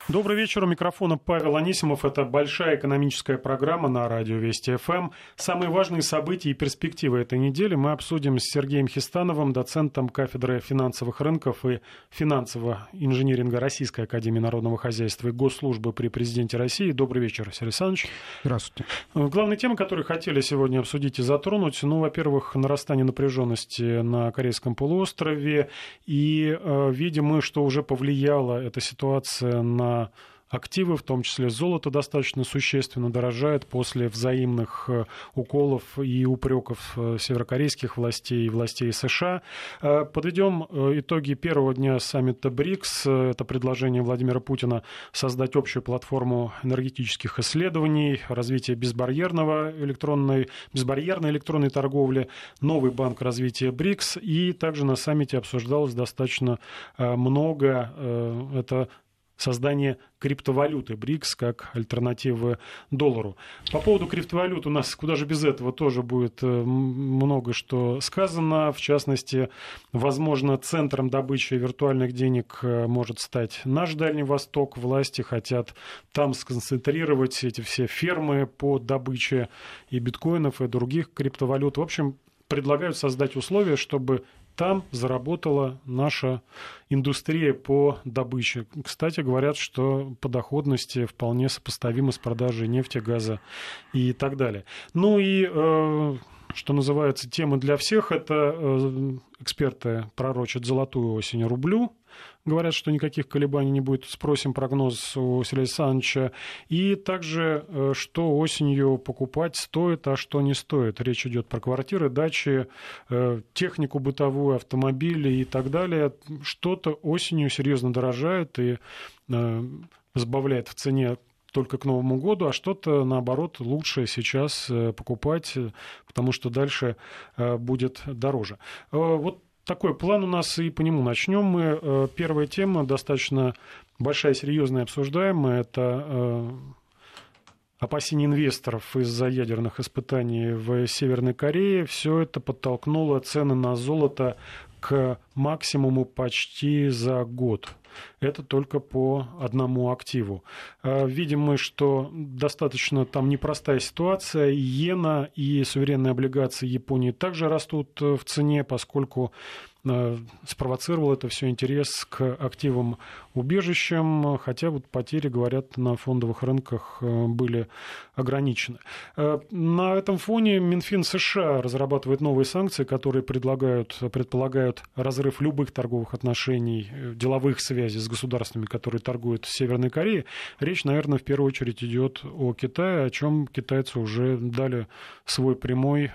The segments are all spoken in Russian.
Добрый вечер. У микрофона Павел Анисимов. Это большая экономическая программа на радио Вести ФМ. Самые важные события и перспективы этой недели мы обсудим с Сергеем Хистановым, доцентом кафедры финансовых рынков и финансового инжиниринга Российской академии народного хозяйства и госслужбы при президенте России. Добрый вечер, Сергей Александрович. Здравствуйте. Главные темы, которые хотели сегодня обсудить и затронуть, во-первых, нарастание напряженности на Корейском полуострове. И видим мы, что уже повлияла эта ситуация на активы, в том числе золото, достаточно существенно дорожает после взаимных уколов и упреков северокорейских властей и властей США. Подведем итоги первого дня саммита БРИКС. Это предложение Владимира Путина создать общую платформу энергетических исследований, развитие безбарьерной электронной торговли, новый банк развития БРИКС. И также на саммите обсуждалось достаточно много это создание криптовалюты БРИКС как альтернативы доллару. По поводу криптовалют у нас, куда же без этого, тоже будет много что сказано. В частности, возможно, центром добычи виртуальных денег может стать наш Дальний Восток. Власти хотят там сконцентрировать эти все фермы по добыче и биткоинов, и других криптовалют. В общем, предлагают создать условия, чтобы там заработала наша индустрия по добыче. Кстати, говорят, что по доходности вполне сопоставимо с продажей нефти, газа и так далее. Ну и, что называется, тема для всех. Это эксперты пророчат золотую осень рублю. Говорят, что никаких колебаний не будет. Спросим прогноз у Сергея Александровича. И также, что осенью покупать стоит, а что не стоит. Речь идет про квартиры, дачи, технику бытовую, автомобили и так далее. Что-то осенью серьезно дорожает и сбавляет в цене только к Новому году, а что-то, наоборот, лучше сейчас покупать, потому что дальше будет дороже. Вот такой план у нас, и по нему начнем мы. Первая тема, достаточно большая, серьезная, обсуждаемая, это опасения инвесторов из-за ядерных испытаний в Северной Корее. Все это подтолкнуло цены на золото к максимуму почти за год. Это только по одному активу. Видим мы, что достаточно там непростая ситуация. Иена и суверенные облигации Японии также растут в цене, поскольку спровоцировал это все интерес к активам-убежищам, хотя вот потери, говорят, на фондовых рынках были ограничены. На этом фоне Минфин США разрабатывает новые санкции, которые предполагают разрыв любых торговых отношений, деловых связей с государствами, которые торгуют с Северной Кореей. Речь, наверное, в первую очередь идет о Китае, о чем китайцы уже дали свой прямой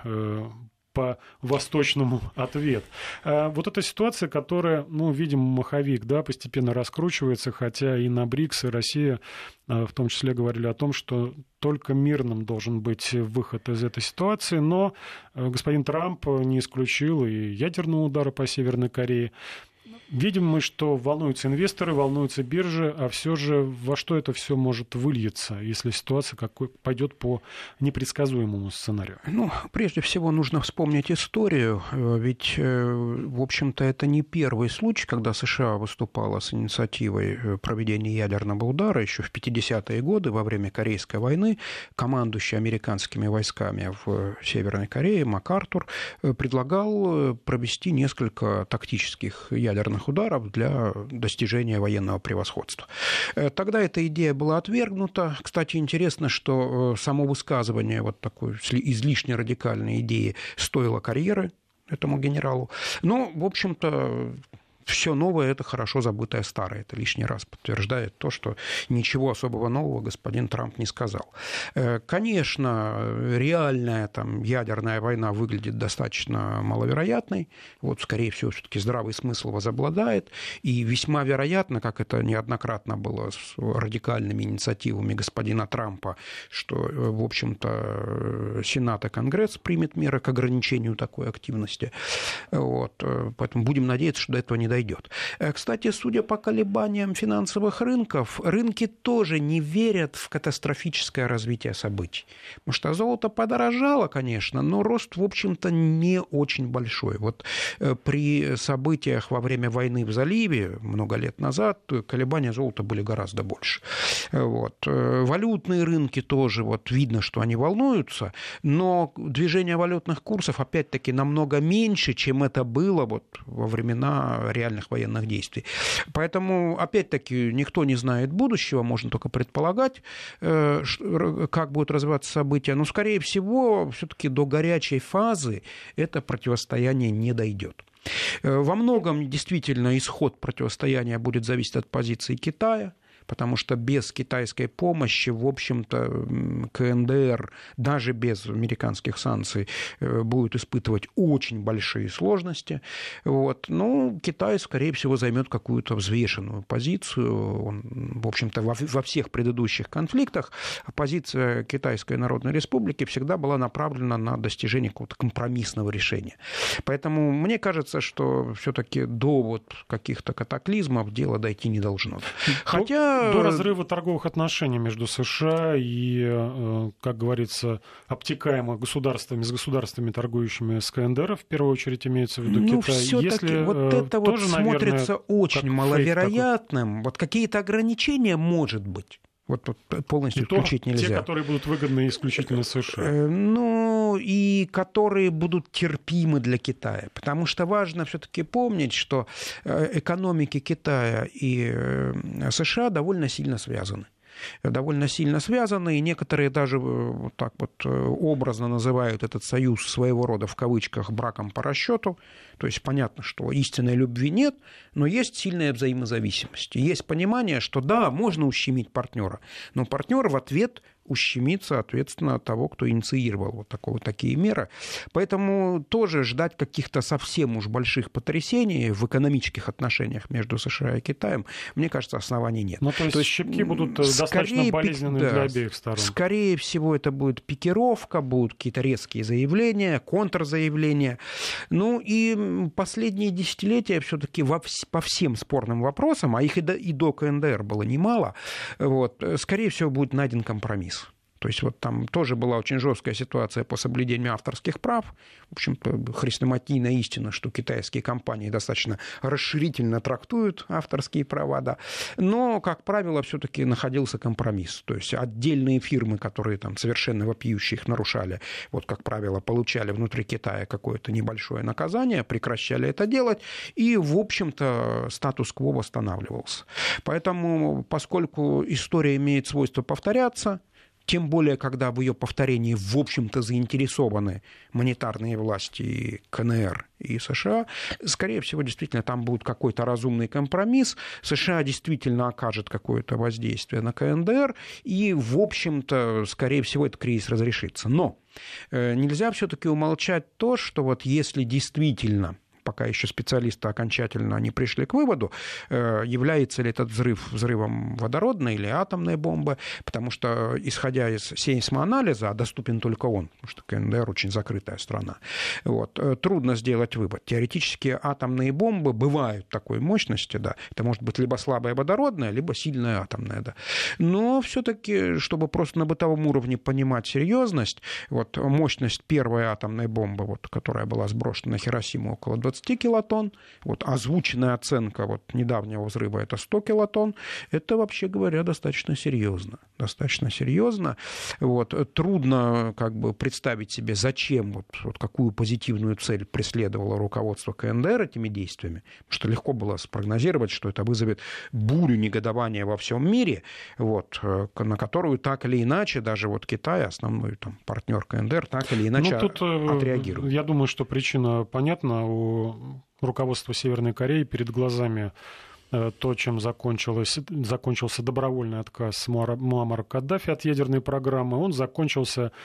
по восточному ответ. Вот эта ситуация, которая, видим, маховик, да, постепенно раскручивается, хотя и на БРИКС, и Россия в том числе говорили о том, что только мирным должен быть выход из этой ситуации, но господин Трамп не исключил и ядерного удара по Северной Корее. Видим мы, что волнуются инвесторы, волнуются биржи, а все же во что это все может выльется, если ситуация пойдет по непредсказуемому сценарию? Прежде всего нужно вспомнить историю, ведь, в общем-то, это не первый случай, когда США выступала с инициативой проведения ядерного удара. Еще в 50-е годы, во время Корейской войны, командующий американскими войсками в Северной Корее МакАртур предлагал провести несколько тактических ядерных ударов для достижения военного превосходства. Тогда эта идея была отвергнута. Кстати, интересно, что само высказывание вот такой излишне радикальной идеи стоило карьеры этому генералу. В общем-то, все новое – это хорошо забытое старое. Это лишний раз подтверждает то, что ничего особого нового господин Трамп не сказал. Конечно, реальная ядерная война выглядит достаточно маловероятной. Скорее всего, все-таки здравый смысл возобладает. И весьма вероятно, как это неоднократно было с радикальными инициативами господина Трампа, что, в общем-то, Сенат и Конгресс примет меры к ограничению такой активности. Поэтому будем надеяться, что до этого не дойдет. Кстати, судя по колебаниям финансовых рынков, рынки тоже не верят в катастрофическое развитие событий. Потому что золото подорожало, конечно, но рост, в общем-то, не очень большой. Вот при событиях во время войны в заливе много лет назад колебания золота были гораздо больше. Вот. Валютные рынки тоже, вот видно, что они волнуются, но движение валютных курсов, опять-таки, намного меньше, чем это было вот во времена реальных военных действий. Поэтому, опять-таки, никто не знает будущего, можно только предполагать, как будут развиваться события. Но, скорее всего, все-таки до горячей фазы это противостояние не дойдет. Во многом действительно исход противостояния будет зависеть от позиции Китая, потому что без китайской помощи, в общем-то, КНДР, даже без американских санкций, будет испытывать очень большие сложности. Вот. Ну, Китай, скорее всего, займет какую-то взвешенную позицию. Он, в общем-то, во всех предыдущих конфликтах позиция Китайской Народной Республики всегда была направлена на достижение какого-то компромиссного решения. Поэтому мне кажется, что все-таки до вот каких-то катаклизмов дело дойти не должно. Хотя до разрыва торговых отношений между США и, как говорится, обтекаемо государствами, с государствами, торгующими с КНДР, в первую очередь имеется в виду Китай. Если вот это вот тоже, смотрится очень маловероятным, вот какие-то ограничения, может быть. Вот полностью исключить нельзя. Те, которые будут выгодны исключительно США. Ну, и которые будут терпимы для Китая. Потому что важно все-таки помнить, что экономики Китая и США довольно сильно связаны. И некоторые даже вот так вот образно называют этот союз своего рода в кавычках браком по расчету. То есть понятно, что истинной любви нет, но есть сильная взаимозависимость. Есть понимание, что да, можно ущемить партнера, но партнер в ответ ущемит, соответственно, того, кто инициировал такие меры. Поэтому тоже ждать каких-то совсем уж больших потрясений в экономических отношениях между США и Китаем, мне кажется, оснований нет. То есть щипки будут достаточно болезненны для обеих сторон. Скорее всего, это будет пикировка, будут какие-то резкие заявления, контрзаявления. Ну и последние десятилетия все-таки по всем спорным вопросам, а их и до КНДР было немало, вот, скорее всего, будет найден компромисс. То есть вот там тоже была очень жесткая ситуация по соблюдению авторских прав. В общем-то, хрестоматийная истина, что китайские компании достаточно расширительно трактуют авторские права, да. Но, как правило, все-таки находился компромисс. То есть отдельные фирмы, которые там совершенно вопиюще их нарушали, вот, как правило, получали внутри Китая какое-то небольшое наказание, прекращали это делать, и, в общем-то, статус-кво восстанавливался. Поэтому, поскольку история имеет свойство повторяться, тем более, когда в ее повторении, в общем-то, заинтересованы монетарные власти КНР и США, скорее всего, действительно, там будет какой-то разумный компромисс. США действительно окажет какое-то воздействие на КНДР, и, в общем-то, скорее всего, этот кризис разрешится. Но нельзя все-таки умолчать то, что вот если действительно, пока еще специалисты окончательно не пришли к выводу, является ли этот взрыв взрывом водородной или атомной бомбы, потому что, исходя из сейсмоанализа, а доступен только он, потому что КНДР очень закрытая страна, вот, трудно сделать вывод. Теоретически атомные бомбы бывают такой мощности, да, это может быть либо слабая водородная, либо сильная атомная, да. Но все-таки, чтобы просто на бытовом уровне понимать серьезность, вот, мощность первой атомной бомбы, вот, которая была сброшена на Хиросиму, около 20 килотонн. Вот озвученная оценка вот недавнего взрыва — это 100 килотонн. Это, вообще говоря, достаточно серьезно. Достаточно серьезно. Вот. Трудно как бы представить себе, зачем, вот какую позитивную цель преследовало руководство КНДР этими действиями. Потому что легко было спрогнозировать, что это вызовет бурю негодования во всем мире, вот, на которую так или иначе даже вот Китай, основной там партнер КНДР, так или иначе отреагирует. Я думаю, что причина понятна. У руководства Северной Кореи перед глазами то, чем закончился добровольный отказ Муаммара Каддафи от ядерной программы, он закончился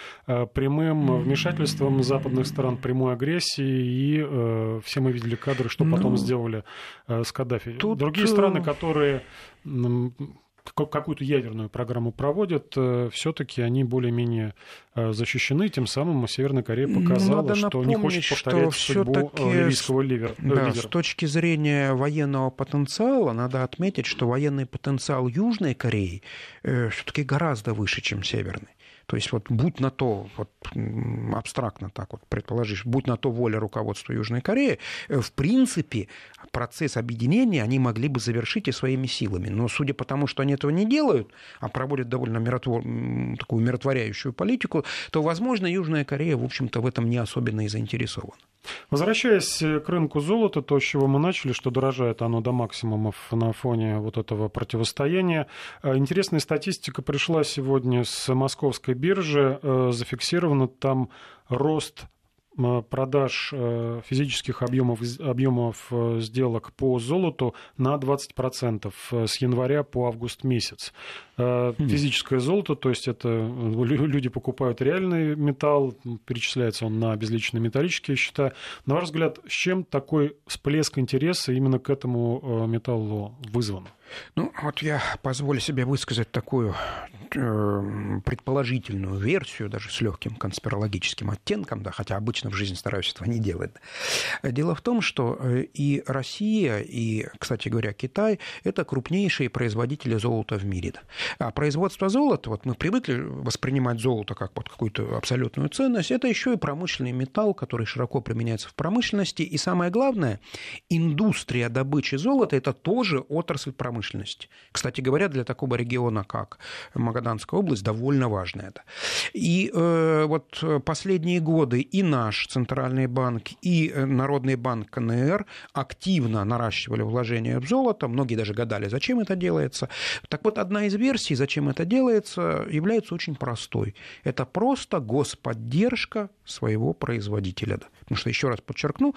прямым вмешательством западных стран, прямой агрессией, и все мы видели кадры, что потом сделали с Каддафи. Другие страны, которые какую-то ядерную программу проводят, все-таки они более-менее защищены. Тем самым Северная Корея показала, что не хочет повторять судьбу ливийского лидера. С точки зрения военного потенциала, надо отметить, что военный потенциал Южной Кореи все-таки гораздо выше, чем Северный. То есть вот будь на то, вот абстрактно так вот предположишь, будь на то воля руководства Южной Кореи, в принципе, процесс объединения они могли бы завершить и своими силами. Но судя по тому, что они этого не делают, а проводят довольно такую умиротворяющую политику, то, возможно, Южная Корея, в общем-то, в этом не особенно и заинтересована. Возвращаясь к рынку золота, то, с чего мы начали, что дорожает оно до максимумов на фоне вот этого противостояния. Интересная статистика пришла сегодня с московской биржи. Зафиксировано там рост продаж физических объемов сделок по золоту на 20% с января по август месяц. Физическое золото, то есть это люди покупают реальный металл, перечисляется он на безличные металлические счета. На ваш взгляд, с чем такой всплеск интереса именно к этому металлу вызван? Ну, вот я позволю себе высказать такую предположительную версию, даже с легким конспирологическим оттенком, да, хотя обычно в жизни стараюсь этого не делать. Дело в том, что и Россия, и, кстати говоря, Китай – это крупнейшие производители золота в мире. А производство золота, вот мы привыкли воспринимать золото как вот какую-то абсолютную ценность, это еще и промышленный металл, который широко применяется в промышленности. И самое главное, индустрия добычи золота – это тоже отрасль промышленности. Кстати говоря, для такого региона, как Магаданская область, довольно важно это. И вот последние годы и наш Центральный банк, и Народный банк КНР активно наращивали вложения в золото. Многие даже гадали, зачем это делается. Так вот, одна из версий, зачем это делается, является очень простой. Это просто господдержка своего производителя. Потому что, еще раз подчеркну,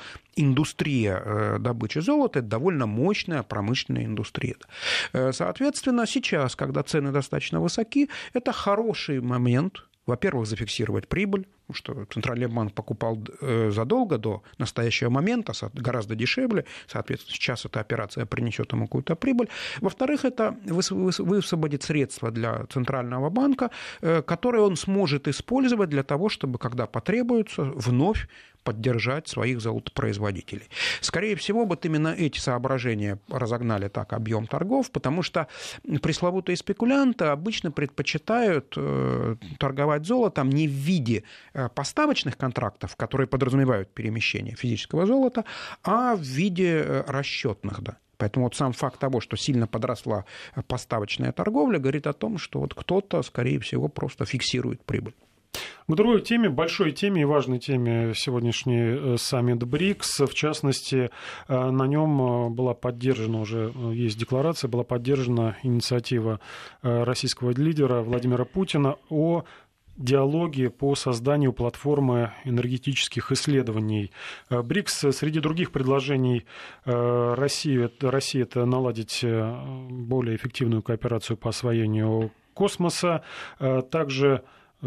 индустрия добычи золота – это довольно мощная промышленная индустрия. Соответственно, сейчас, когда цены достаточно высоки, это хороший момент, во-первых, зафиксировать прибыль, потому что Центральный банк покупал задолго до настоящего момента, гораздо дешевле, соответственно, сейчас эта операция принесет ему какую-то прибыль. Во-вторых, это высвободит средства для Центрального банка, которые он сможет использовать для того, чтобы, когда потребуется, вновь поддержать своих золотопроизводителей. Скорее всего, вот именно эти соображения разогнали так объем торгов, потому что пресловутые спекулянты обычно предпочитают торговать золотом не в виде поставочных контрактов, которые подразумевают перемещение физического золота, а в виде расчетных, да. Поэтому вот сам факт того, что сильно подросла поставочная торговля, говорит о том, что вот кто-то, скорее всего, просто фиксирует прибыль. К другой теме, большой теме и важной теме сегодняшний саммит БРИКС. В частности, на нем была поддержана, уже есть декларация, была поддержана инициатива российского лидера Владимира Путина о диалоге по созданию платформы энергетических исследований. БРИКС, среди других предложений России это наладить более эффективную кооперацию по освоению космоса, также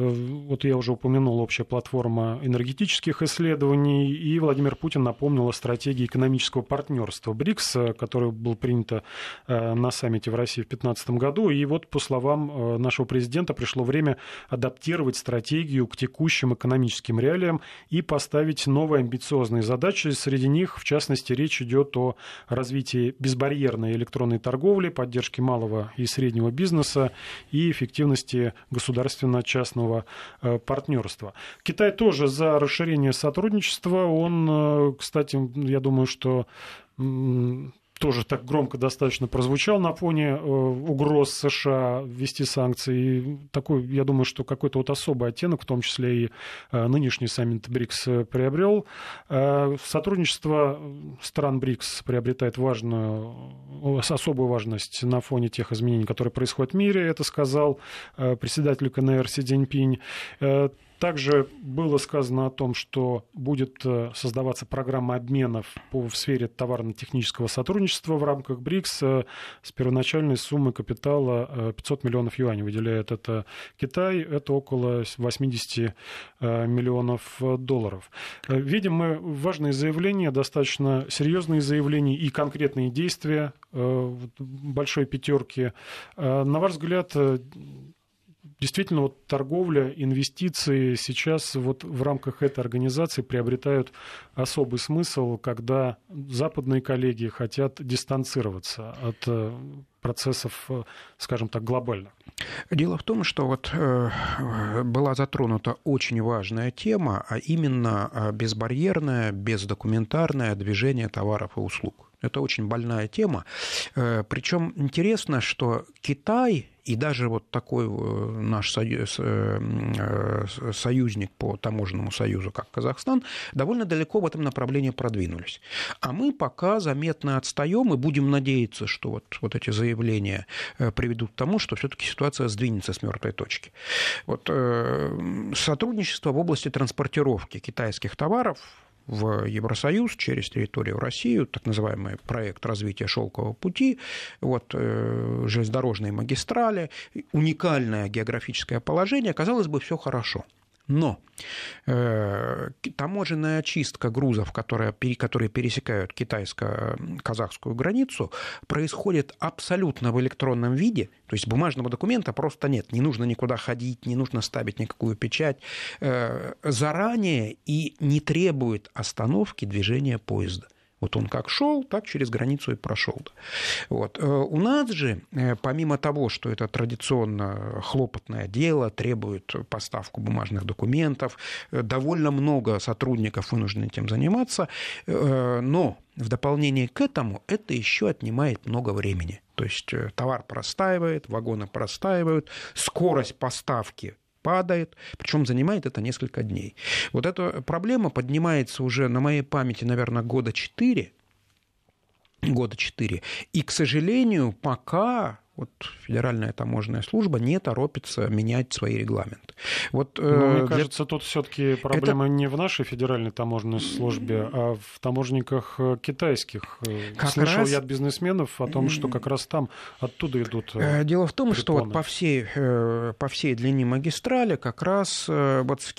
вот я уже упомянул, общая платформа энергетических исследований, и Владимир Путин напомнил о стратегии экономического партнерства БРИКС, которая была принята на саммите в России в 2015 году. И вот, по словам нашего президента, пришло время адаптировать стратегию к текущим экономическим реалиям и поставить новые амбициозные задачи. Среди них, в частности, речь идет о развитии безбарьерной электронной торговли, поддержке малого и среднего бизнеса и эффективности государственно-частного партнерства. Китай тоже за расширение сотрудничества. Он, кстати, я думаю, что тоже так громко достаточно прозвучал на фоне угроз США ввести санкции. И такой, я думаю, что какой-то вот особый оттенок, в том числе и нынешний саммит БРИКС приобрел. Сотрудничество стран БРИКС приобретает особую важность на фоне тех изменений, которые происходят в мире. Это сказал председатель КНР Си Цзиньпинь. Также было сказано о том, что будет создаваться программа обменов в сфере товарно-технического сотрудничества в рамках БРИКС с первоначальной суммой капитала 500 миллионов юаней. Выделяет это Китай, это около 80 миллионов долларов. Видим мы важные заявления, достаточно серьезные заявления и конкретные действия большой пятерки. На ваш взгляд, действительно, вот торговля, инвестиции сейчас вот в рамках этой организации приобретают особый смысл, когда западные коллеги хотят дистанцироваться от процессов, скажем так, глобальных. Дело в том, что вот была затронута очень важная тема, а именно безбарьерное, бездокументарное движение товаров и услуг. Это очень больная тема. Причем интересно, что Китай и даже вот такой наш союзник по таможенному союзу, как Казахстан, довольно далеко в этом направлении продвинулись. А мы пока заметно отстаем и будем надеяться, что вот эти заявления приведут к тому, что все-таки ситуация сдвинется с мертвой точки. Вот, сотрудничество в области транспортировки китайских товаров в Евросоюз через территорию России, так называемый проект развития шелкового пути, железнодорожные магистрали, уникальное географическое положение, казалось бы, все хорошо. Но таможенная очистка грузов, которые пересекают китайско-казахскую границу, происходит абсолютно в электронном виде, то есть бумажного документа просто нет, не нужно никуда ходить, не нужно ставить никакую печать, заранее и не требует остановки движения поезда. Вот он как шел, так через границу и прошел. Вот. У нас же, помимо того, что это традиционно хлопотное дело, требует поставку бумажных документов, довольно много сотрудников вынуждены этим заниматься, но в дополнение к этому это еще отнимает много времени. То есть товар простаивает, вагоны простаивают, скорость поставки падает, причем занимает это несколько дней. Вот эта проблема поднимается уже на моей памяти, наверное, года 4. И, к сожалению, пока Федеральная таможенная служба не торопится менять свои регламенты. Мне кажется, тут все-таки проблема не в нашей Федеральной таможенной службе, а в таможенниках китайских. Слышал я от бизнесменов о том, что как раз там оттуда идут Дело в том, препоны. что по всей длине магистрали как раз в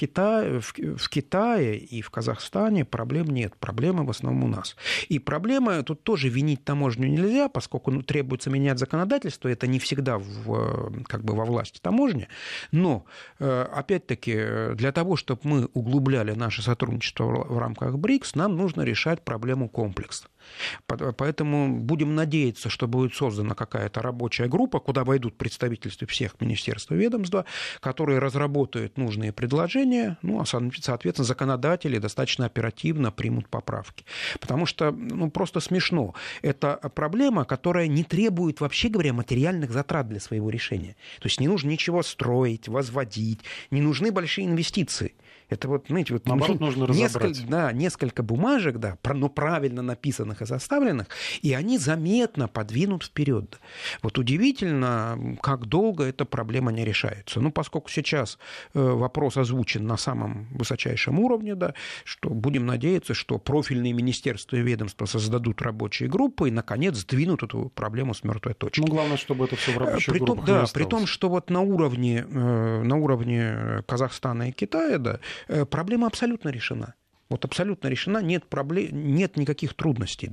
Китае и в Казахстане проблем нет. Проблемы в основном у нас. И проблема, тут тоже винить таможню нельзя, поскольку требуется менять законодательство, это не всегда во власти таможни, но, опять-таки, для того, чтобы мы углубляли наше сотрудничество в рамках БРИКС, нам нужно решать проблему комплексно. Поэтому будем надеяться, что будет создана какая-то рабочая группа, куда войдут представительства всех министерств и ведомства, которые разработают нужные предложения, соответственно, законодатели достаточно оперативно примут поправки. Потому что, просто смешно. Это проблема, которая не требует, вообще говоря, материальных затрат для своего решения. То есть не нужно ничего строить, возводить, не нужны большие инвестиции. Это наоборот, нужно разобрать. Несколько бумажек, но правильно написанных и составленных, и они заметно подвинут вперед. Удивительно, как долго эта проблема не решается. Поскольку сейчас вопрос озвучен на самом высочайшем уровне, что будем надеяться, что профильные министерства и ведомства создадут рабочие группы и, наконец, сдвинут эту проблему с мертвой точки. Главное, чтобы это все в рабочих группах не осталось. При том, что на уровне Казахстана и Китая, проблема абсолютно решена. Абсолютно решена, нет проблем, нет никаких трудностей.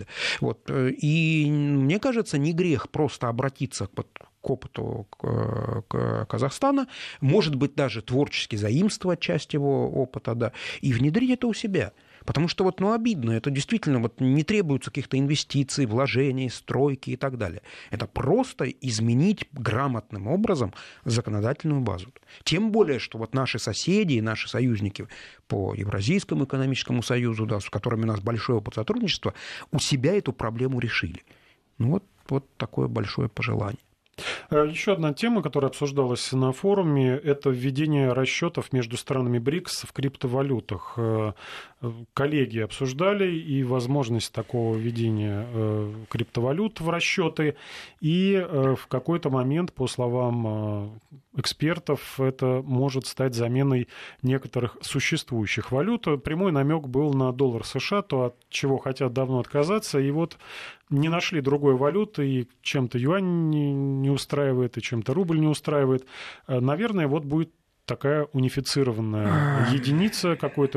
И мне кажется, не грех просто обратиться к опыту Казахстана, может быть, даже творчески заимствовать часть его опыта, и внедрить это у себя. Потому что обидно, это действительно не требуется каких-то инвестиций, вложений, стройки и так далее. Это просто изменить грамотным образом законодательную базу. Тем более, что наши соседи и наши союзники по Евразийскому экономическому союзу, с которыми у нас большой опыт сотрудничества, у себя эту проблему решили. Вот такое большое пожелание. Еще одна тема, которая обсуждалась на форуме, это введение расчетов между странами БРИКС в криптовалютах. Коллеги обсуждали и возможность такого введения криптовалют в расчеты. И в какой-то момент, по словам экспертов это может стать заменой некоторых существующих валют. Прямой намек был на доллар США, то, от чего хотят давно отказаться, и вот не нашли другой валюты, и чем-то юань не устраивает, и чем-то рубль не устраивает. Наверное, вот будет такая унифицированная единица, какой-то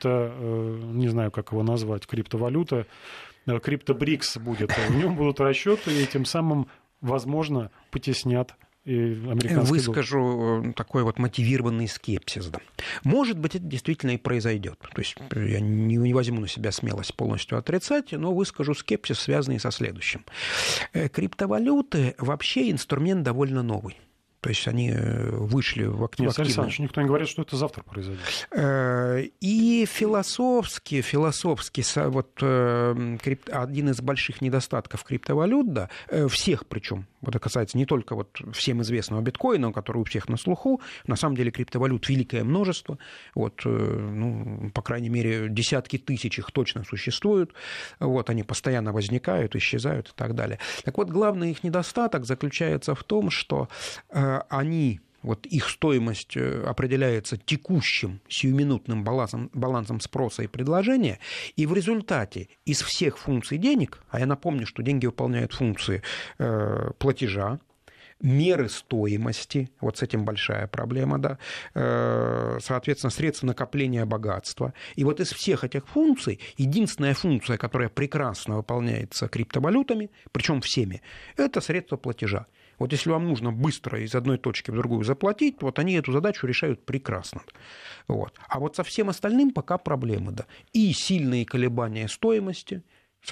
не знаю, как его назвать, криптовалюта, криптобрикс будет. В нем будут расчеты, и тем самым, возможно, потеснят и американский Выскажу такой вот мотивированный скепсис. Да. Может быть, это действительно и произойдет. То есть я не возьму на себя смелость полностью отрицать, но выскажу скепсис, связанный со следующим. Криптовалюты вообще инструмент довольно новый. То есть они вышли в активность. Нет, Александр Александрович, никто не говорит, что это завтра произойдет. И философски вот, один из больших недостатков криптовалют, да, всех причем, это касается не только вот всем известного биткоина, который у всех на слуху, на самом деле криптовалют великое множество, вот, по крайней мере, десятки тысяч их точно существуют, вот, они постоянно возникают, исчезают и так далее. Так вот, главный их недостаток заключается в том, что вот их стоимость определяется текущим сиюминутным балансом спроса и предложения, и в результате из всех функций денег, а я напомню, что деньги выполняют функции платежа, меры стоимости, вот с этим большая проблема, да, соответственно, средства накопления богатства. И вот из всех этих функций единственная функция, которая прекрасно выполняется криптовалютами, причем всеми, это средства платежа. Вот если вам нужно быстро из одной точки в другую заплатить, вот они эту задачу решают прекрасно. Вот. А вот со всем остальным пока проблемы. Да. И сильные колебания стоимости,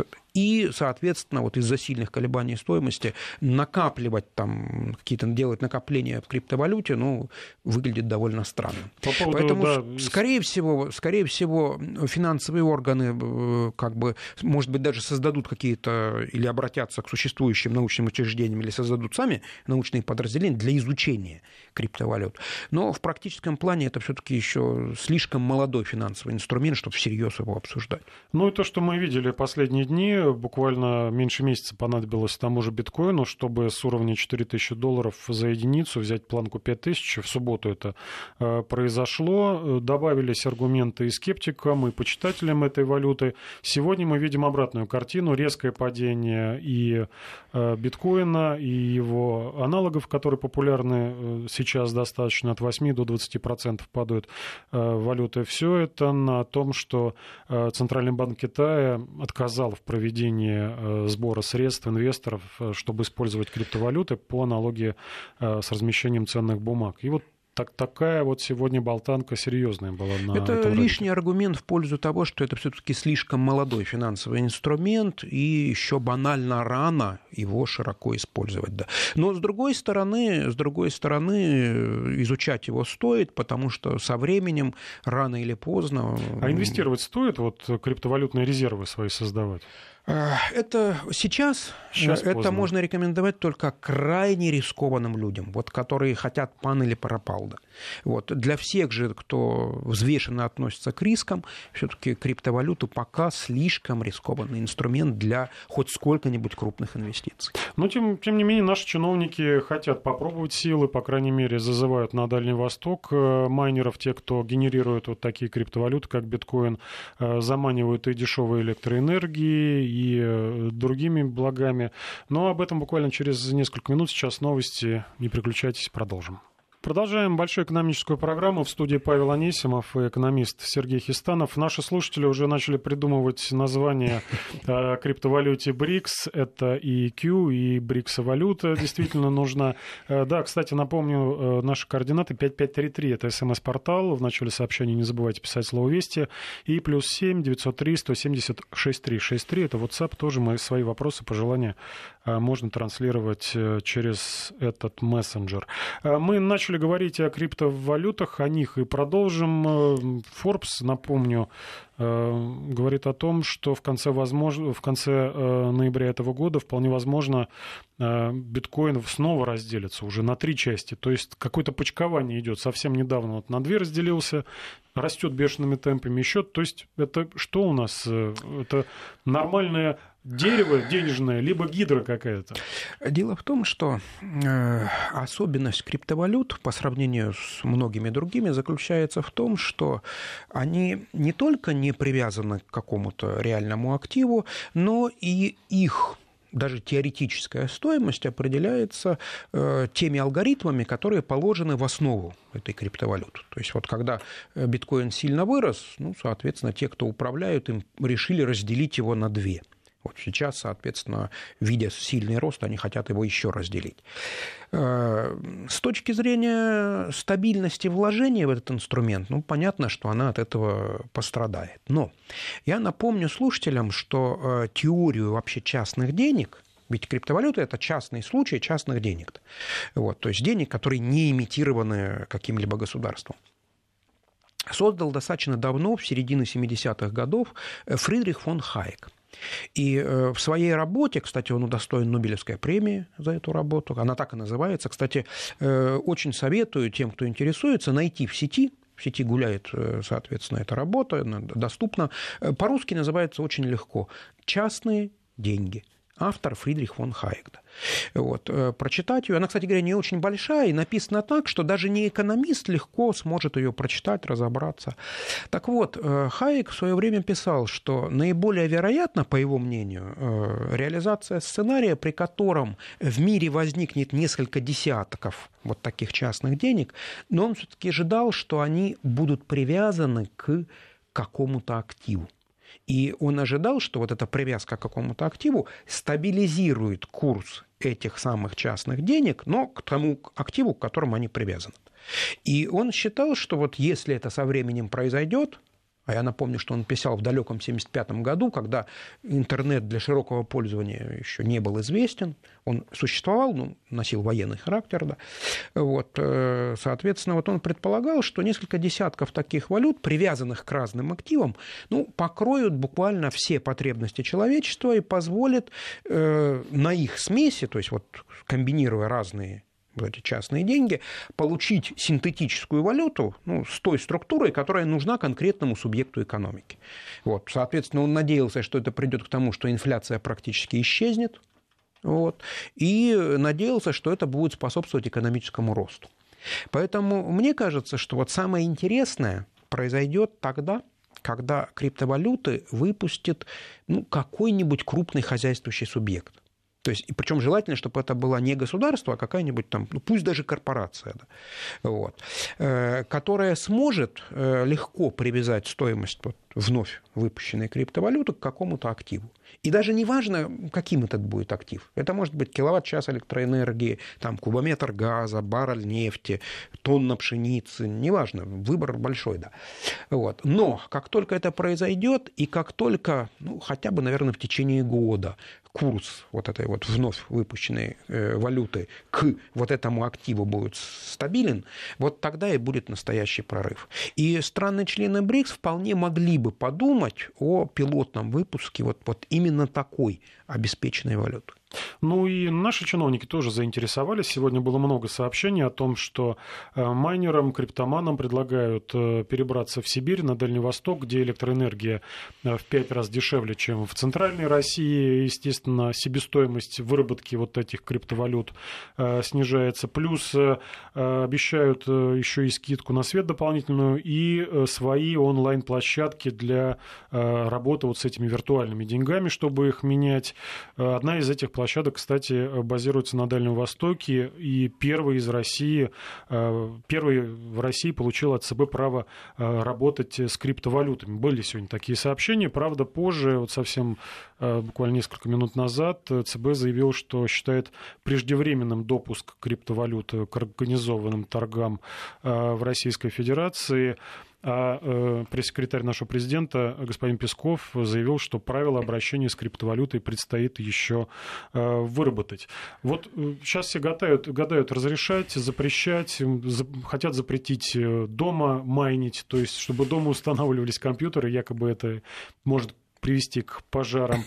и, соответственно, вот из-за сильных колебаний стоимости накапливать там, делать накопления в криптовалюте, выглядит довольно странно. Поэтому, скорее всего, финансовые органы, может быть, даже создадут какие-то или обратятся к существующим научным учреждениям, или создадут сами научные подразделения для изучения криптовалют. Но в практическом плане это все-таки еще слишком молодой финансовый инструмент, чтобы всерьез его обсуждать. И то, что мы видели последние дни, буквально меньше месяца понадобилось тому же биткоину, чтобы с уровня $4000 за единицу взять планку 5000. В субботу это произошло. Добавились аргументы и скептикам, и почитателям этой валюты. Сегодня мы видим обратную картину. Резкое падение и биткоина, и его аналогов, которые популярны сейчас достаточно, от 8 до 20% падают валюты. Все это на том, что Центральный банк Китая отказал в проведении сбора средств инвесторов, чтобы использовать криптовалюты по аналогии с размещением ценных бумаг. И вот такая вот сегодня болтанка серьезная была на это этом лишний рынке. Аргумент в пользу того, что это все-таки слишком молодой финансовый инструмент, и еще банально рано его широко использовать. Да. Но с другой стороны, изучать его стоит, потому что со временем, рано или поздно... А инвестировать стоит, криптовалютные резервы свои создавать? Это сейчас это поздно. Можно рекомендовать только крайне рискованным людям, которые хотят пан или пропал. Да. Для всех же, кто взвешенно относится к рискам, все-таки криптовалюту пока слишком рискованный инструмент для хоть сколько-нибудь крупных инвестиций. Но тем не менее наши чиновники хотят попробовать силы, по крайней мере, зазывают на Дальний Восток майнеров, те, кто генерирует вот такие криптовалюты, как биткоин, заманивают и дешевой электроэнергией, и другими благами. Но об этом буквально через несколько минут. Сейчас новости. Не переключайтесь, продолжим. Продолжаем большую экономическую программу. В студии Павел Анисимов и экономист Сергей Хистанов. Наши слушатели уже начали придумывать название криптовалюте БРИКС. Это и EQ, и БРИКС-валюта действительно нужна. Да, кстати, напомню, наши координаты 5533. Это СМС-портал. В начале сообщения не забывайте писать слово «Вести». И +7 903 170 6363. Это WhatsApp. Тоже свои вопросы, пожелания можно транслировать через этот мессенджер. Мы начали говорить о криптовалютах, о них и продолжим. Forbes, напомню, говорит о том, что в конце ноября этого года вполне возможно биткоин снова разделится уже на 3 части. То есть какое-то почкование идет. Совсем недавно на 2 разделился, растет бешеными темпами еще. То есть это что у нас? Это нормальное дерево денежное, либо гидра какая-то? Дело в том, что особенность криптовалют по сравнению с многими другими заключается в том, что они не только не привязаны к какому-то реальному активу, но и их даже теоретическая стоимость определяется теми алгоритмами, которые положены в основу этой криптовалюты. То есть вот когда биткоин сильно вырос, соответственно, те, кто управляют им, решили разделить его на две. Вот сейчас, соответственно, видя сильный рост, они хотят его еще разделить. С точки зрения стабильности вложения в этот инструмент, понятно, что она от этого пострадает. Но я напомню слушателям, что теорию вообще частных денег, ведь криптовалюта – это частный случай частных денег. Вот, то есть денег, которые не имитированы каким-либо государством, создал достаточно давно, в середине 70-х годов, Фридрих фон Хайек. И в своей работе, кстати, он удостоен Нобелевской премии за эту работу, она так и называется. Кстати, очень советую тем, кто интересуется, найти в сети гуляет, соответственно, эта работа, она доступна. По-русски называется очень легко «Частные деньги». Автор Фридрих фон Хайек. Вот. Прочитать ее, она, кстати говоря, не очень большая и написана так, что даже не экономист легко сможет ее прочитать, разобраться. Так вот, Хайек в свое время писал, что наиболее вероятно, по его мнению, реализация сценария, при котором в мире возникнет несколько десятков вот таких частных денег, но он все-таки ожидал, что они будут привязаны к какому-то активу. И он ожидал, что вот эта привязка к какому-то активу стабилизирует курс этих самых частных денег, но к тому активу, к которому они привязаны. И он считал, что вот если это со временем произойдет, а я напомню, что он писал в далеком 1975 году, когда интернет для широкого пользования еще не был известен, он существовал, носил военный характер, да. Вот, соответственно, вот он предполагал, что несколько десятков таких валют, привязанных к разным активам, покроют буквально все потребности человечества и позволят на их смеси, то есть вот комбинируя разные эти частные деньги, получить синтетическую валюту с той структурой, которая нужна конкретному субъекту экономики. Вот, соответственно, он надеялся, что это придет к тому, что инфляция практически исчезнет, вот, и надеялся, что это будет способствовать экономическому росту. Поэтому мне кажется, что вот самое интересное произойдет тогда, когда криптовалюты выпустит какой-нибудь крупный хозяйствующий субъект. То есть, и причем желательно, чтобы это было не государство, а какая-нибудь там, пусть даже корпорация, да, вот, которая сможет легко привязать стоимость вновь выпущенной криптовалюты к какому-то активу. И даже не важно, каким этот будет актив. Это может быть киловатт-час электроэнергии, там, кубометр газа, баррель нефти, тонна пшеницы, неважно, выбор большой, да. Вот. Но как только это произойдет, и как только, хотя бы, наверное, в течение года курс вот этой вот вновь выпущенной валюты к вот этому активу будет стабилен, вот тогда и будет настоящий прорыв. И страны-члены БРИКС вполне могли бы подумать о пилотном выпуске вот именно такой обеспеченной валюты. И наши чиновники тоже заинтересовались. Сегодня было много сообщений о том, что майнерам, криптоманам предлагают перебраться в Сибирь, на Дальний Восток, где электроэнергия в 5 раз дешевле, чем в Центральной России. Естественно, себестоимость выработки вот этих криптовалют снижается. Плюс обещают еще и скидку на свет дополнительную и свои онлайн-площадки для работы вот с этими виртуальными деньгами, чтобы их менять. Одна из этих площадок, кстати, базируется на Дальнем Востоке, и первый в России получил от ЦБ право работать с криптовалютами. Были сегодня такие сообщения, правда, позже, вот совсем буквально несколько минут назад, ЦБ заявил, что считает преждевременным допуск криптовалют к организованным торгам в Российской Федерации. А пресс-секретарь нашего президента господин Песков заявил, что правила обращения с криптовалютой предстоит еще выработать. Вот сейчас все гадают разрешать, запрещать, хотят запретить дома майнить, то есть чтобы дома устанавливались компьютеры, якобы это может привести к пожарам.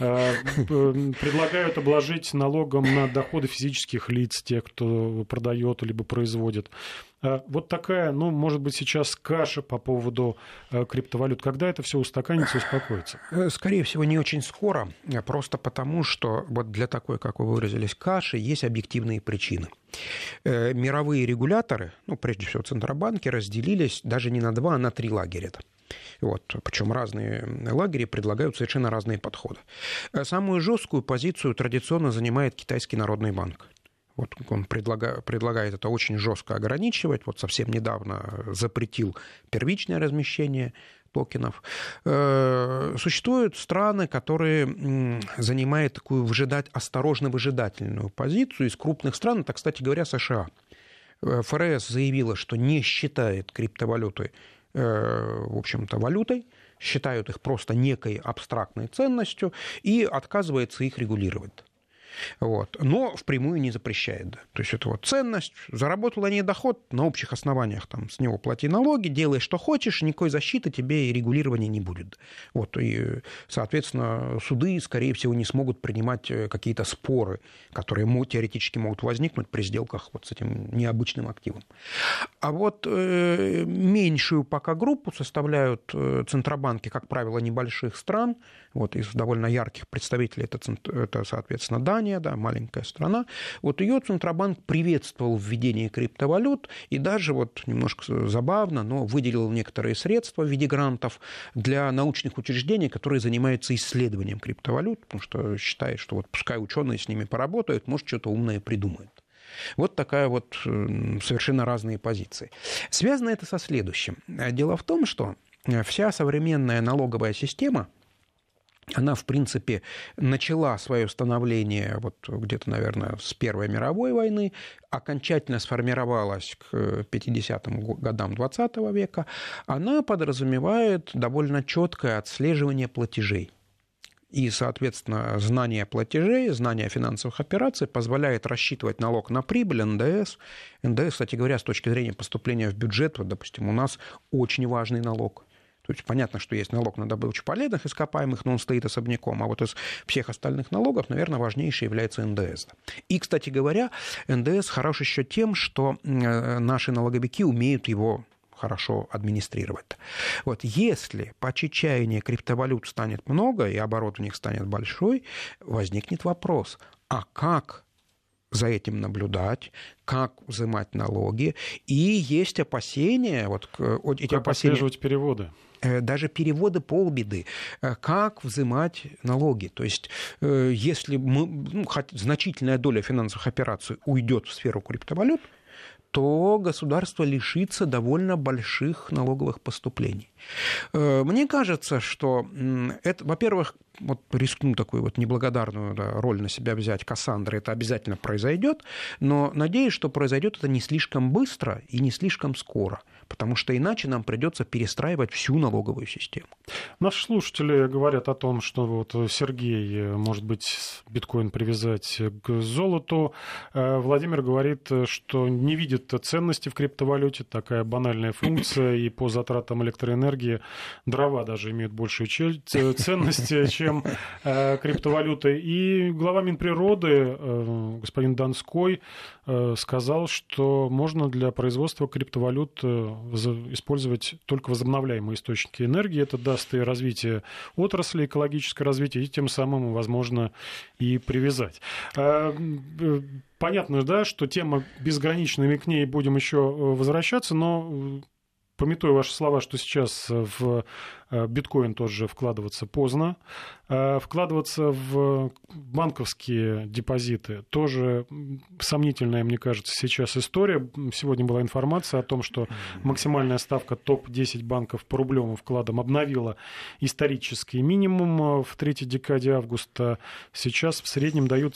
Предлагают обложить налогом на доходы физических лиц, тех, кто продает либо производит. Вот такая, может быть, сейчас каша по поводу криптовалют. Когда это все устаканится, успокоится? Скорее всего, не очень скоро, просто потому, что вот для такой, как вы выразились, каши есть объективные причины. Мировые регуляторы, прежде всего Центробанки, разделились даже не на 2, а на 3 лагеря. Причем разные лагеря предлагают совершенно разные подходы. Самую жесткую позицию традиционно занимает Китайский народный банк. Он предлагает это очень жестко ограничивать. Совсем недавно запретил первичное размещение токенов. Существуют страны, которые занимают такую осторожно-выжидательную позицию. Из крупных стран, это, кстати говоря, США. ФРС заявила, что не считает криптовалюты, в общем-то, валютой, считают их просто некой абстрактной ценностью и отказывается их регулировать. Но впрямую не запрещает. То есть это ценность, заработал на ней доход, на общих основаниях с него плати налоги, делай, что хочешь, никакой защиты тебе и регулирования не будет. И, соответственно, суды, скорее всего, не смогут принимать какие-то споры, которые теоретически могут возникнуть при сделках с этим необычным активом. А меньшую пока группу составляют центробанки, как правило, небольших стран. Из довольно ярких представителей это, соответственно, Дания, маленькая страна. Ее Центробанк приветствовал введение криптовалют и даже, немножко забавно, но выделил некоторые средства в виде грантов для научных учреждений, которые занимаются исследованием криптовалют, потому что считает, что пускай ученые с ними поработают, может, что-то умное придумают. Такая совершенно разные позиции. Связано это со следующим. Дело в том, что вся современная налоговая система, она, в принципе, начала свое становление где-то, наверное, с Первой мировой войны, окончательно сформировалась к 50-м годам XX века. Она подразумевает довольно четкое отслеживание платежей. И, соответственно, знание платежей, знание финансовых операций позволяет рассчитывать налог на прибыль, НДС. НДС, кстати говоря, с точки зрения поступления в бюджет, допустим, у нас очень важный налог. То есть понятно, что есть налог на добычу полезных ископаемых, но он стоит особняком. А из всех остальных налогов, наверное, важнейший является НДС. И, кстати говоря, НДС хорош еще тем, что наши налоговики умеют его хорошо администрировать. Если по чечаянию криптовалют станет много, и оборот в них станет большой, возникнет вопрос, а как за этим наблюдать, как взимать налоги, и есть опасения, эти опасения... отслеживать переводы. Даже переводы полбеды. Как взимать налоги? То есть, если значительная доля финансовых операций уйдет в сферу криптовалют, то государство лишится довольно больших налоговых поступлений. Мне кажется, что это, во-первых, рискну такую неблагодарную роль на себя взять Кассандры, это обязательно произойдет, но надеюсь, что произойдет это не слишком быстро и не слишком скоро, потому что иначе нам придется перестраивать всю налоговую систему. Наши слушатели говорят о том, что Сергей, может быть, биткоин привязать к золоту. Владимир говорит, что не видит ценности в криптовалюте, такая банальная функция, и по затратам электроэнергии дрова даже имеют большую ценность, чем криптовалюты. И глава Минприроды, господин Донской, сказал, что можно для производства криптовалют использовать только возобновляемые источники энергии. Это даст и развитие отрасли, экологическое развитие, и тем самым, возможно, и привязать. Понятно, да, что тема безграничная, мы к ней будем еще возвращаться, но пометуя ваши слова, что сейчас в биткоин тоже вкладываться поздно, вкладываться в банковские депозиты тоже сомнительная, мне кажется, сейчас история. Сегодня была информация о том, что максимальная ставка топ-10 банков по рублевым вкладам обновила исторический минимум в третьей декаде августа. Сейчас в среднем дают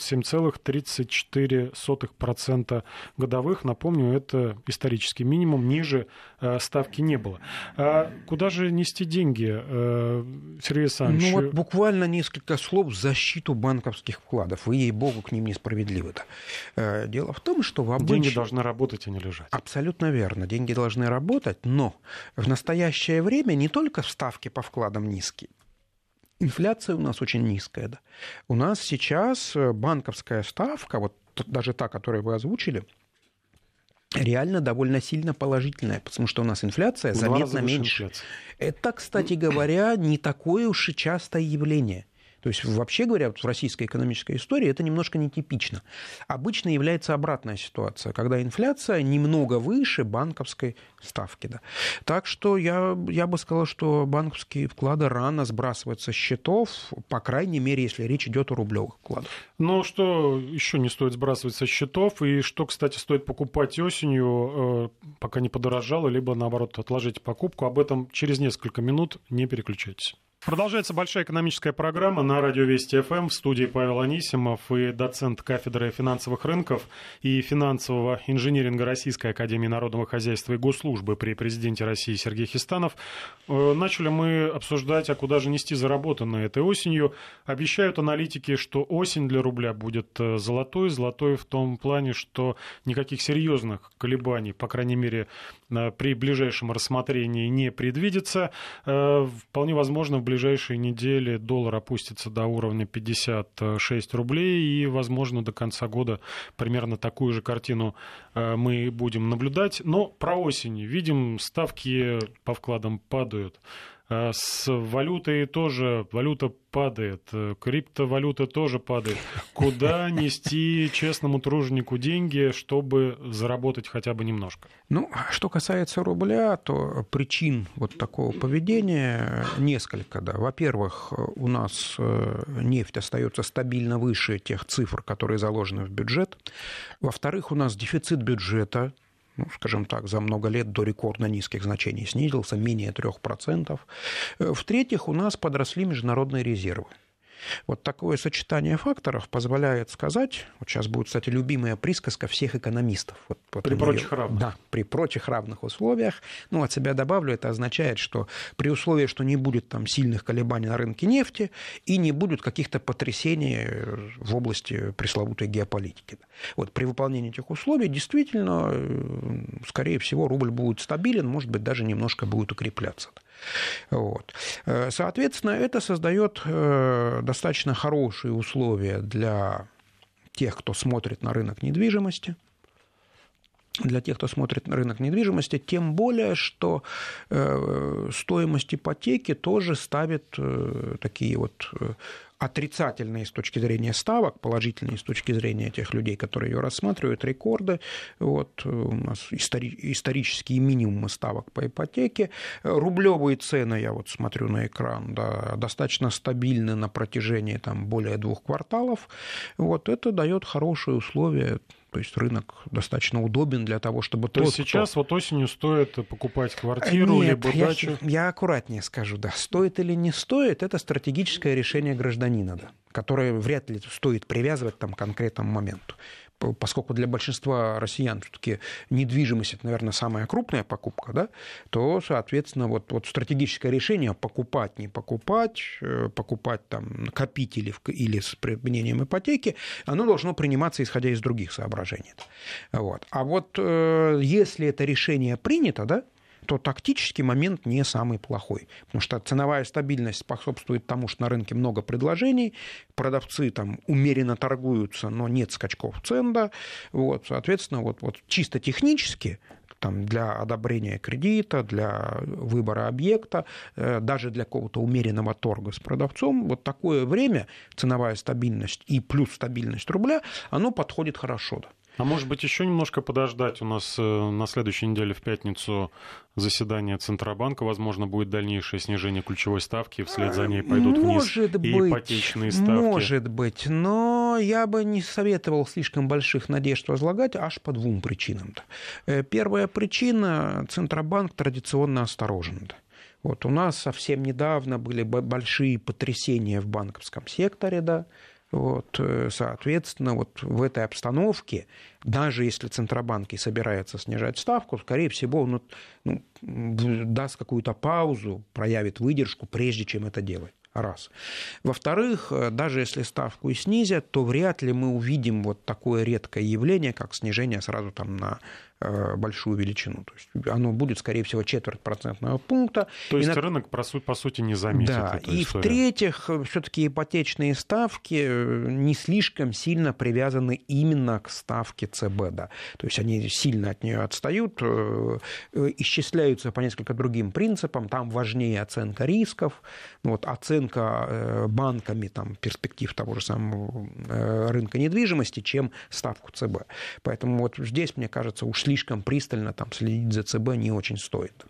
7,34% годовых. Напомню, это исторический минимум, ниже ставки не было. А куда же нести деньги, Сергей Александрович? Буквально несколько слов в защиту банковских вкладов. Вы, ей-богу, к ним несправедливы. Дело в том, что деньги должны работать, а не лежать. Абсолютно верно. Деньги должны работать, но в настоящее время не только ставки по вкладам низкие, инфляция у нас очень низкая. Да. У нас сейчас банковская ставка, вот даже та, которую вы озвучили, реально довольно сильно положительная, потому что у нас инфляция заметно меньше. Это, кстати говоря, не такое уж и частое явление. То есть, вообще говоря, вот в российской экономической истории это немножко нетипично. Обычно является обратная ситуация, когда инфляция немного выше банковской ставки. Да. Так что я бы сказал, что банковские вклады рано сбрасывать со счетов, по крайней мере, если речь идет о рублевых вкладах. Ну, что еще не стоит сбрасывать со счетов, и что, кстати, стоит покупать осенью, пока не подорожало, либо, наоборот, отложить покупку. Об этом через несколько минут, не переключайтесь. Продолжается большая экономическая программа на радио Вести ФМ. В студии Павел Анисимов и доцент кафедры финансовых рынков и финансового инжиниринга Российской академии народного хозяйства и госслужбы при президенте России Сергей Хистанов. Начали мы обсуждать, а куда же нести заработанное этой осенью. Обещают аналитики, что осень для рубля будет золотой. Золотой в том плане, что никаких серьезных колебаний, по крайней мере, при ближайшем рассмотрении не предвидится. Вполне возможно, в ближайшие недели доллар опустится до уровня 56 рублей, и, возможно, до конца года примерно такую же картину мы будем наблюдать. Но про осень. Видим, ставки по вкладам падают. С валютой тоже, валюта падает, криптовалюта тоже падает. Куда нести честному труженику деньги, чтобы заработать хотя бы немножко? Ну, что касается рубля, то причин вот такого поведения несколько. Да. Во-первых, у нас нефть остается стабильно выше тех цифр, которые заложены в бюджет. Во-вторых, у нас дефицит бюджета, скажем так, за много лет до рекордно низких значений снизился, менее 3%. В-третьих, у нас подросли международные резервы. Вот такое сочетание факторов позволяет сказать, вот сейчас будет, кстати, любимая присказка всех экономистов. Вот при прочих равных. Да, при прочих равных условиях. Ну, от себя добавлю, это означает, что при условии, что не будет там сильных колебаний на рынке нефти и не будет каких-то потрясений в области пресловутой геополитики. Вот при выполнении этих условий действительно, скорее всего, рубль будет стабилен, может быть, даже немножко будет укрепляться. Вот. Соответственно, это создает достаточно хорошие условия для тех, кто смотрит на рынок недвижимости. Для тех, кто смотрит на рынок недвижимости, тем более, что стоимость ипотеки тоже ставит такие вот отрицательные с точки зрения ставок, положительные с точки зрения тех людей, которые ее рассматривают, рекорды. Вот у нас исторические минимумы ставок по ипотеке. Рублевые цены, я вот смотрю на экран, да, достаточно стабильны на протяжении там, более 2 кварталов. Вот это дает хорошие условия. То есть рынок достаточно удобен для того, чтобы... То есть сейчас вот осенью стоит покупать квартиру, либо дачу? Я аккуратнее скажу, да. Стоит или не стоит, это стратегическое решение гражданина, да, которое вряд ли стоит привязывать там, к конкретному моменту. Поскольку для большинства россиян все-таки недвижимость – это, наверное, самая крупная покупка, да, то, соответственно, вот стратегическое решение покупать, не покупать, покупать там накопители или с применением ипотеки, оно должно приниматься, исходя из других соображений. Вот. А вот если это решение принято, да, то тактический момент не самый плохой. Потому что ценовая стабильность способствует тому, что на рынке много предложений, продавцы там умеренно торгуются, но нет скачков цен. Да. Вот, соответственно, вот чисто технически там, для одобрения кредита, для выбора объекта, даже для какого-то умеренного торга с продавцом, вот такое время, ценовая стабильность и плюс стабильность рубля, оно подходит хорошо. Да. А может быть, еще немножко подождать? У нас на следующей неделе в пятницу заседание Центробанка. Возможно, будет дальнейшее снижение ключевой ставки. Вслед за ней пойдут вниз и ипотечные ставки. Может быть. Но я бы не советовал слишком больших надежд возлагать аж по 2 причинам. Первая причина – Центробанк традиционно осторожен. Вот у нас совсем недавно были большие потрясения в банковском секторе, да. Вот, соответственно, вот в этой обстановке, даже если Центробанк и собирается снижать ставку, скорее всего, он даст какую-то паузу, проявит выдержку, прежде чем это делать. Раз. Во-вторых, даже если ставку и снизят, то вряд ли мы увидим вот такое редкое явление, как снижение сразу там на большую величину. То есть оно будет, скорее всего, 0,25% пункта. То есть рынок, по сути, не заметит эту историю. В-третьих, все-таки ипотечные ставки не слишком сильно привязаны именно к ставке ЦБ. Да. То есть они сильно от нее отстают, исчисляются по несколько другим принципам. Там важнее оценка рисков, оценка банками перспектив того же самого рынка недвижимости, чем ставку ЦБ. Поэтому здесь, мне кажется, уж слишком пристально следить за ЦБ не очень стоит.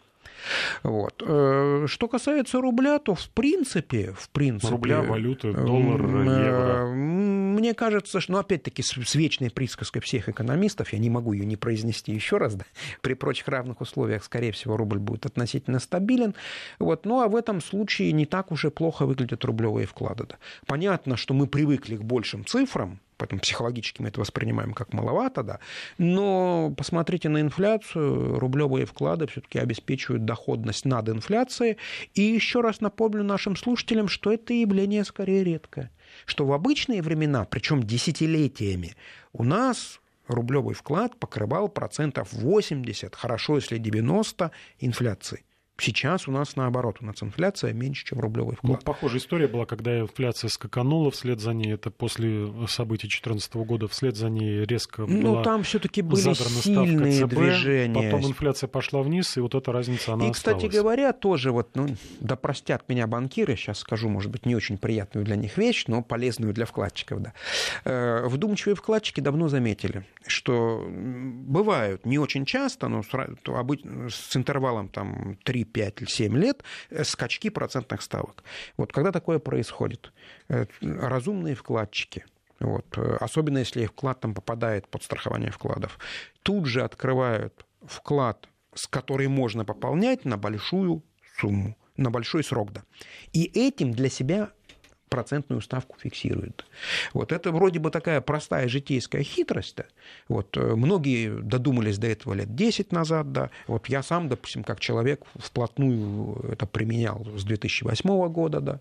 Что касается рубля, то в принципе... Рубля, валюты, доллар, евро. Мне кажется, что, опять-таки, с вечной присказкой всех экономистов, я не могу ее не произнести еще раз, да, при прочих равных условиях, скорее всего, рубль будет относительно стабилен. А в этом случае не так уж и плохо выглядят рублевые вклады. Да. Понятно, что мы привыкли к большим цифрам, поэтому психологически мы это воспринимаем как маловато, да. Но посмотрите на инфляцию, рублевые вклады все-таки обеспечивают доходность над инфляцией. И еще раз напомню нашим слушателям, что это явление скорее редкое. Что в обычные времена, причем десятилетиями, у нас рублевый вклад покрывал 80%, хорошо, если 90% инфляции. Сейчас у нас наоборот, у нас инфляция меньше, чем рублевый вклад. Похожая история была, когда инфляция скаканула, вслед за ней, это после событий 2014 года, вслед за ней резко была там все-таки были сильные ЦБ, движения. Потом инфляция пошла вниз, и эта разница, она осталась. И, кстати говоря, тоже, да простят меня банкиры, сейчас скажу, может быть, не очень приятную для них вещь, но полезную для вкладчиков. Да. Вдумчивые вкладчики давно заметили, что бывают не очень часто, но с интервалом 3, 5 или 7 лет скачки процентных ставок. Когда такое происходит, разумные вкладчики, особенно если их вклад попадает под страхование вкладов, тут же открывают вклад, с который можно пополнять на большую сумму, на большой срок. Да. И этим для себя процентную ставку фиксируют. Это вроде бы такая простая житейская хитрость. Многие додумались до этого лет 10 назад. Да. Я сам, допустим, как человек вплотную это применял с 2008 года. Да.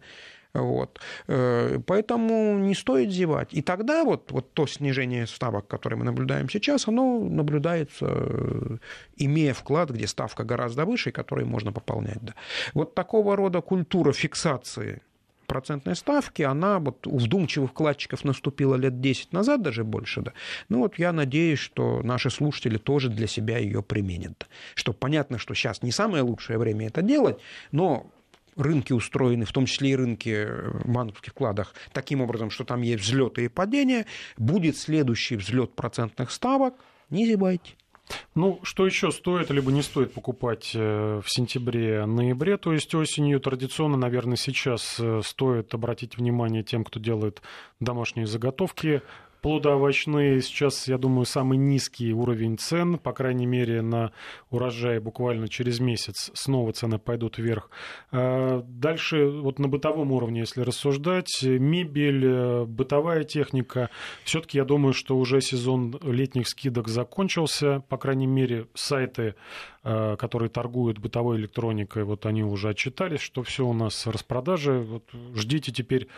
Поэтому не стоит зевать. И тогда то снижение ставок, которое мы наблюдаем сейчас, оно наблюдается, имея вклад, где ставка гораздо выше, который можно пополнять. Да. Такого рода культура фиксации процентной ставки, она у вдумчивых вкладчиков наступила лет 10 назад, даже больше. Да. Я надеюсь, что наши слушатели тоже для себя ее применят. Что понятно, что сейчас не самое лучшее время это делать, но рынки устроены, в том числе и рынки банковских вкладов, таким образом, что там есть взлеты и падения. Будет следующий взлет процентных ставок, не зевайте. Что еще стоит, либо не стоит покупать в сентябре-ноябре, то есть осенью? Традиционно, наверное, сейчас стоит обратить внимание тем, кто делает домашние заготовки плодоовощные. Сейчас, я думаю, самый низкий уровень цен, по крайней мере, на урожай буквально через месяц снова цены пойдут вверх. Дальше, на бытовом уровне, если рассуждать, мебель, бытовая техника, все-таки я думаю, что уже сезон летних скидок закончился, по крайней мере, сайты, которые торгуют бытовой электроникой, они уже отчитались, что все у нас распродажи. Ждите теперь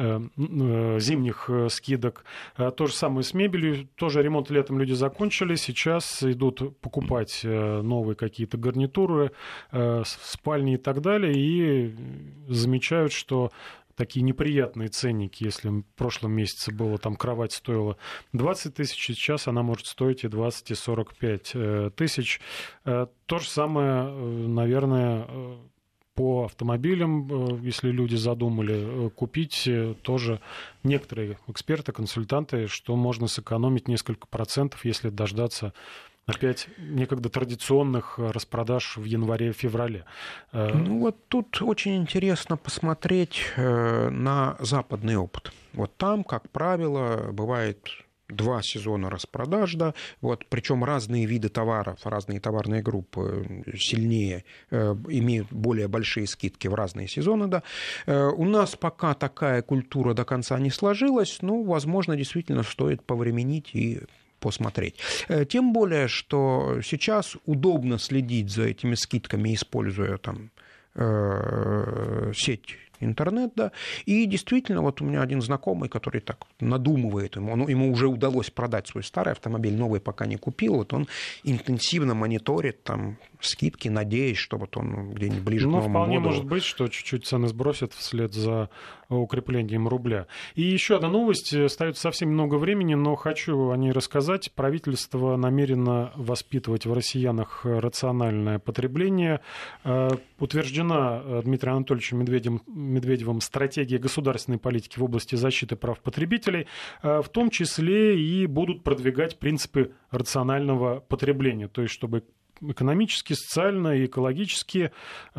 зимних скидок. То же самое с мебелью. Тоже ремонт летом люди закончили. Сейчас идут покупать новые какие-то гарнитуры, спальни и так далее. И замечают, что такие неприятные ценники, если в прошлом месяце было, кровать стоила 20 тысяч, сейчас она может стоить и 20, и 45 тысяч. То же самое, наверное, по автомобилям, если люди задумали купить, тоже некоторые эксперты, консультанты, что можно сэкономить несколько процентов, если дождаться опять некогда традиционных распродаж в январе-феврале. Тут очень интересно посмотреть на западный опыт. Там, как правило, бывает 2 сезона распродаж, да, причем разные виды товаров, разные товарные группы сильнее имеют более большие скидки в разные сезоны. Да. У нас пока такая культура до конца не сложилась, возможно, действительно стоит повременить и посмотреть. Тем более, что сейчас удобно следить за этими скидками, используя сеть интернет, да, и действительно, вот у меня один знакомый, который так надумывает, ему уже удалось продать свой старый автомобиль, новый пока не купил, вот он интенсивно мониторит там скидки, надеясь, что вот он где-нибудь ближе к Новому году. Вполне может быть, что чуть-чуть цены сбросят вслед за укреплением рубля. И еще одна новость, остается совсем много времени, но хочу о ней рассказать. Правительство намерено воспитывать в россиянах рациональное потребление. Утверждена Дмитрием Анатольевичем Медведевым стратегия государственной политики в области защиты прав потребителей, в том числе и будут продвигать принципы рационального потребления, то есть чтобы экономически, социально и экологически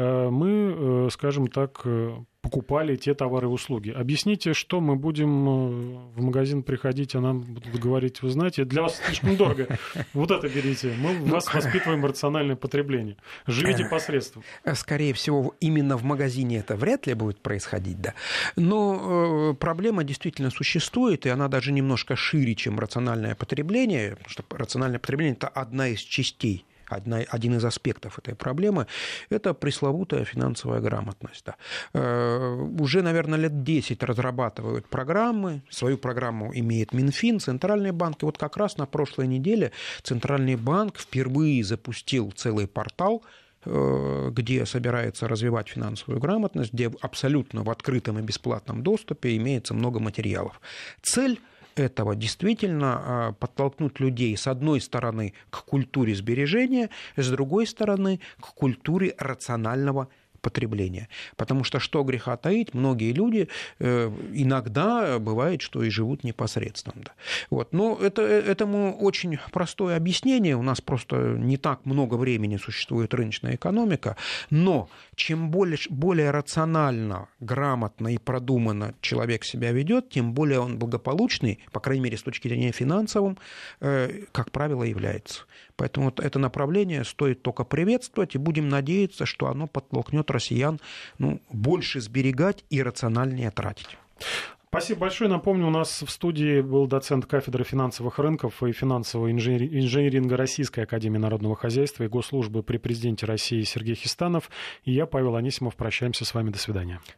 мы, скажем так, покупали те товары и услуги. Объясните, что мы будем в магазин приходить, а нам будут говорить, вы знаете, для вас слишком дорого. Вот это берите. Мы вас воспитываем рациональное потребление. Живите посредством. Скорее всего, именно в магазине это вряд ли будет происходить, да. Но проблема действительно существует, и она даже немножко шире, чем рациональное потребление, потому что рациональное потребление – это одна из частей. Один из аспектов этой проблемы – это пресловутая финансовая грамотность. Да. Уже, наверное, лет 10 разрабатывают программы. Свою программу имеет Минфин, Центральный банк. И вот как раз на прошлой неделе Центральный банк впервые запустил целый портал, где собирается развивать финансовую грамотность, где абсолютно в открытом и бесплатном доступе имеется много материалов. Цель этого действительно подтолкнуть людей, с одной стороны, к культуре сбережения, с другой стороны, к культуре рационального потребления. Потому что греха таить, многие люди иногда бывает, что и живут непосредственно. Да. Вот. Но этому очень простое объяснение. У нас просто не так много времени существует рыночная экономика. Но чем более рационально, грамотно и продуманно человек себя ведет, тем более он благополучный, по крайней мере, с точки зрения финансовым, как правило, является. Поэтому вот это направление стоит только приветствовать, и будем надеяться, что оно подтолкнет россиян больше сберегать и рациональнее тратить. Спасибо большое. Напомню, у нас в студии был доцент кафедры финансовых рынков и финансового инжиниринга Российской академии народного хозяйства и госслужбы при президенте России Сергей Хистанов. И я, Павел Анисимов, прощаемся с вами. До свидания.